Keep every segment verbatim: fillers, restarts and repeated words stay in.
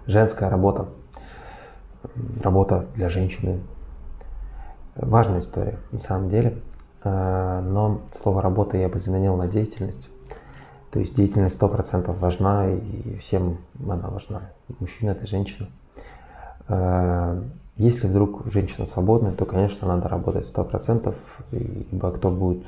женская работа, работа для женщины. Важная история на самом деле, но слово «работа» я бы заменил на деятельность. То есть деятельность сто процентов важна, и всем она важна, и мужчина, и женщина. Если вдруг женщина свободная, то, конечно, надо работать сто процентов, ибо кто будет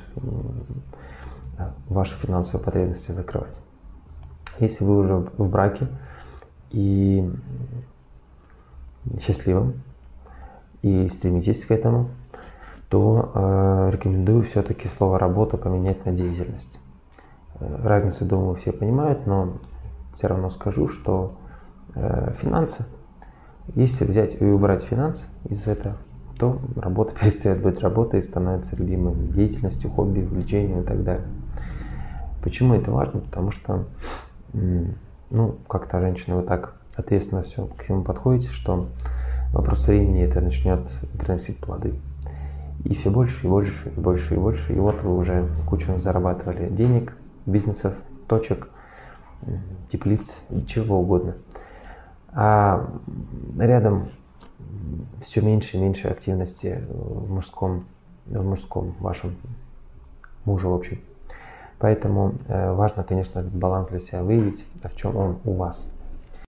ваши финансовые потребности закрывать. Если вы уже в браке и счастливым, и стремитесь к этому, то э, рекомендую все-таки слово «работа» поменять на деятельность. Разницу, думаю, все понимают, но все равно скажу, что э, финансы, если взять и убрать финансы из этого, то работа перестает быть работой и становится любимой деятельностью, хобби, увлечением и так далее. Почему это важно? Потому что, ну, как-то женщина, вы так ответственно все к нему подходите, что вопрос времени это начнет приносить плоды. И все больше, и больше, и больше, и больше. И вот вы уже кучу зарабатывали денег, бизнесов, точек, теплиц, чего угодно. А рядом все меньше и меньше активности в мужском, в мужском вашем муже, в общем. Поэтому важно, конечно, этот баланс для себя выявить, а в чем он у вас.